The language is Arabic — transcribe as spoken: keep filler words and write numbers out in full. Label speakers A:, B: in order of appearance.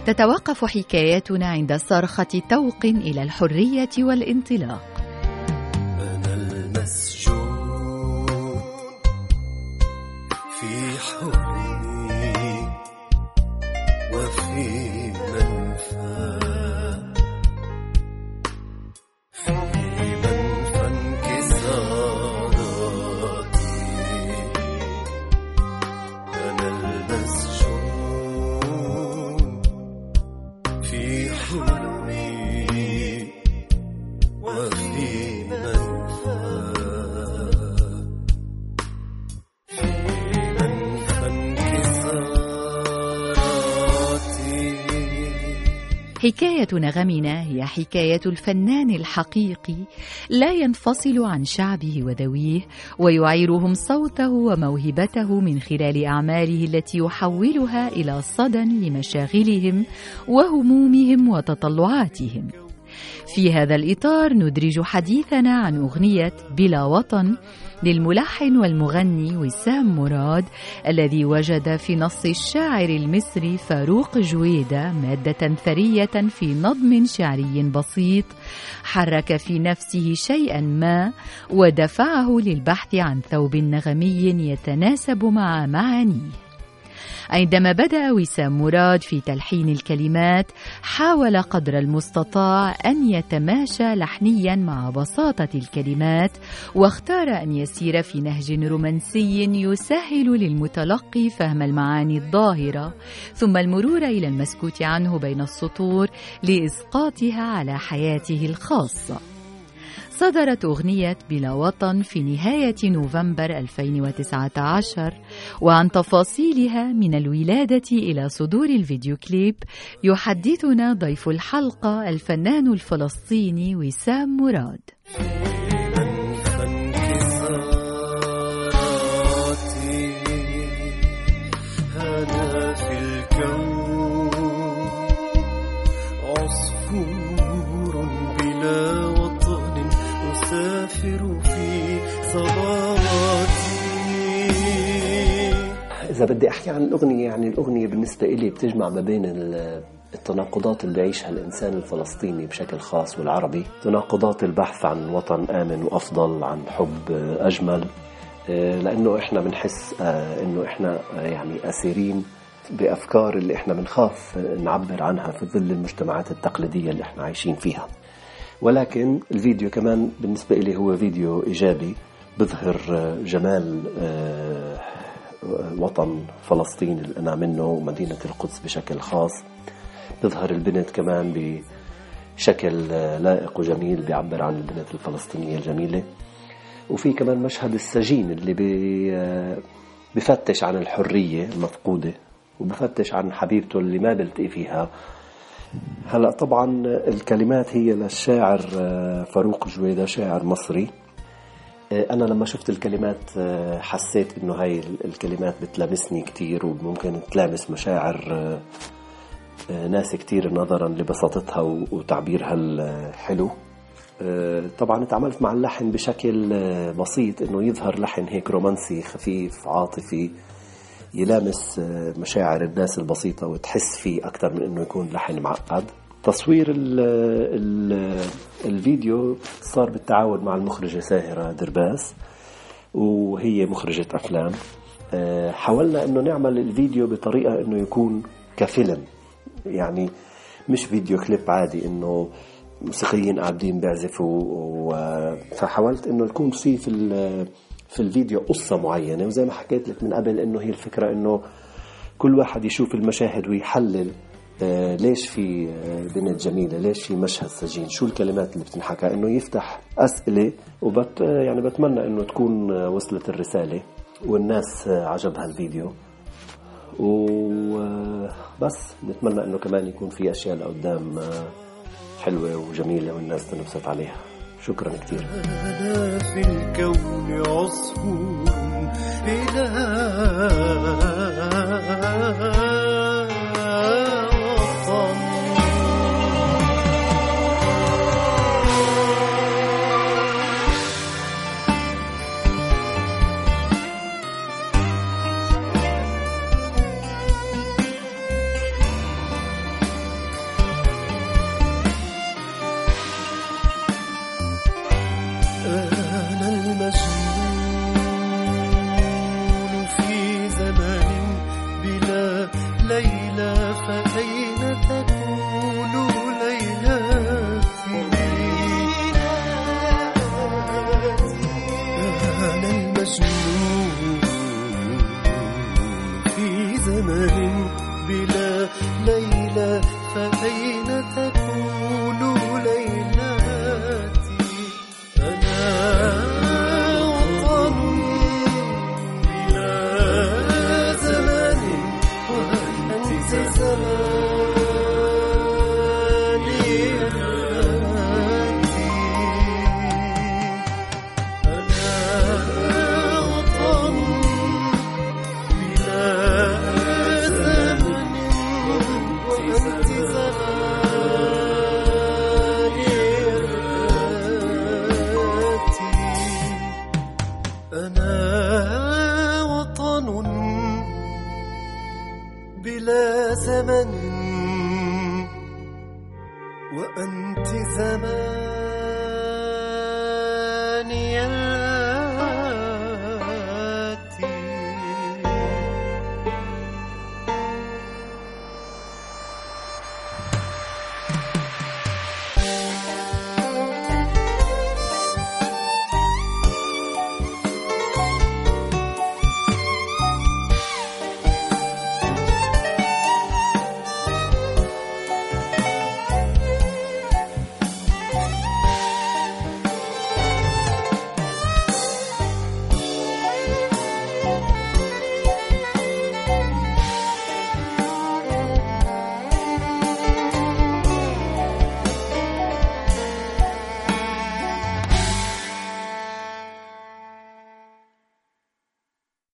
A: تتوقف حكاياتنا عند صرخة توق إلى الحرية والانطلاق.
B: أنا المسجون في حلمي وفي منفى في منفى انكساراتي. أنا المسجون في حلمي وفي منفى في منفى انكساراتي.
A: حكاية نغمنا هي حكاية الفنان الحقيقي، لا ينفصل عن شعبه وذويه، ويعيرهم صوته وموهبته من خلال أعماله التي يحولها إلى صدى لمشاغلهم وهمومهم وتطلعاتهم. في هذا الإطار ندرج حديثنا عن أغنية بلا وطن للملحن والمغني وسام مراد، الذي وجد في نص الشاعر المصري فاروق جويدة مادة ثرية في نظم شعري بسيط حرك في نفسه شيئا ما ودفعه للبحث عن ثوب نغمي يتناسب مع معانيه. عندما بدأ وسام مراد في تلحين الكلمات، حاول قدر المستطاع أن يتماشى لحنيا مع بساطة الكلمات، واختار أن يسير في نهج رومانسي يسهل للمتلقي فهم المعاني الظاهرة، ثم المرور إلى المسكوت عنه بين السطور لإسقاطها على حياته الخاصة. صدرت أغنية بلا وطن في نهاية نوفمبر ألفين وتسعة عشر، وعن تفاصيلها من الولادة إلى صدور الفيديو كليب يحدثنا ضيف الحلقة الفنان الفلسطيني وسام مراد.
B: أنا في الكون عصفور بلا وطن أسافر في صباواتي.
C: إذا بدي أحكي عن الأغنية، يعني الأغنية بالنسبة إلي بتجمع ما بين التناقضات اللي بيعيشها الإنسان الفلسطيني بشكل خاص والعربي، تناقضات البحث عن وطن آمن وأفضل، عن حب أجمل، لأنه إحنا بنحس إنه إحنا يعني أسيرين بأفكار اللي إحنا بنخاف نعبر عنها في ظل المجتمعات التقليدية اللي إحنا عايشين فيها. ولكن الفيديو كمان بالنسبة إلي هو فيديو إيجابي، بظهر جمال وطن فلسطين اللي أنا منه ومدينة القدس بشكل خاص. بظهر البنت كمان بشكل لائق وجميل بيعبر عن البنت الفلسطينية الجميلة. وفي كمان مشهد السجين اللي بفتش عن الحرية المفقودة وبفتش عن حبيبته اللي ما بلتقي فيها. هلأ طبعا الكلمات هي للشاعر فاروق جويدة، شاعر مصري. أنا لما شفت الكلمات حسيت إنه هاي الكلمات بتلامسني كتير وممكن تلامس مشاعر ناس كتير نظرا لبساطتها وتعبيرها الحلو. طبعا اتعاملت مع اللحن بشكل بسيط، إنه يظهر لحن هيك رومانسي خفيف عاطفي يلامس مشاعر الناس البسيطة وتحس فيه أكتر من إنه يكون لحن معقد. تصوير ال ال الفيديو صار بالتعاون مع المخرجة ساهرة درباس، وهي مخرجة أفلام. حاولنا إنه نعمل الفيديو بطريقة إنه يكون كفيلم، يعني مش فيديو كليب عادي إنه موسيقيين قاعدين بيعزفوا. فحاولت إنه يكون في في في الفيديو قصة معينة، وزي ما حكيت لك من قبل إنه هي الفكرة إنه كل واحد يشوف المشاهد ويحلل آه ليش في آه بنت جميلة، ليش في مشهد سجين، شو الكلمات اللي بتنحكى، إنه يفتح أسئلة. وبت آه يعني بتمنى إنه تكون آه وصلت الرسالة والناس آه عجبها الفيديو. وبس نتمنى إنه كمان يكون في أشياء لقدام آه حلوة وجميلة والناس تنبسط عليها. شكرا كتير.
B: أنا في الكون عصفور بلا وطن. زمن بلا ليلى فأين تكون ليلاتي أنا وطن بلا زمن وأنت زماني أنت أنا وطن بلا زمن وأنت زماني أنا وطن بلا زمن وأنت زمان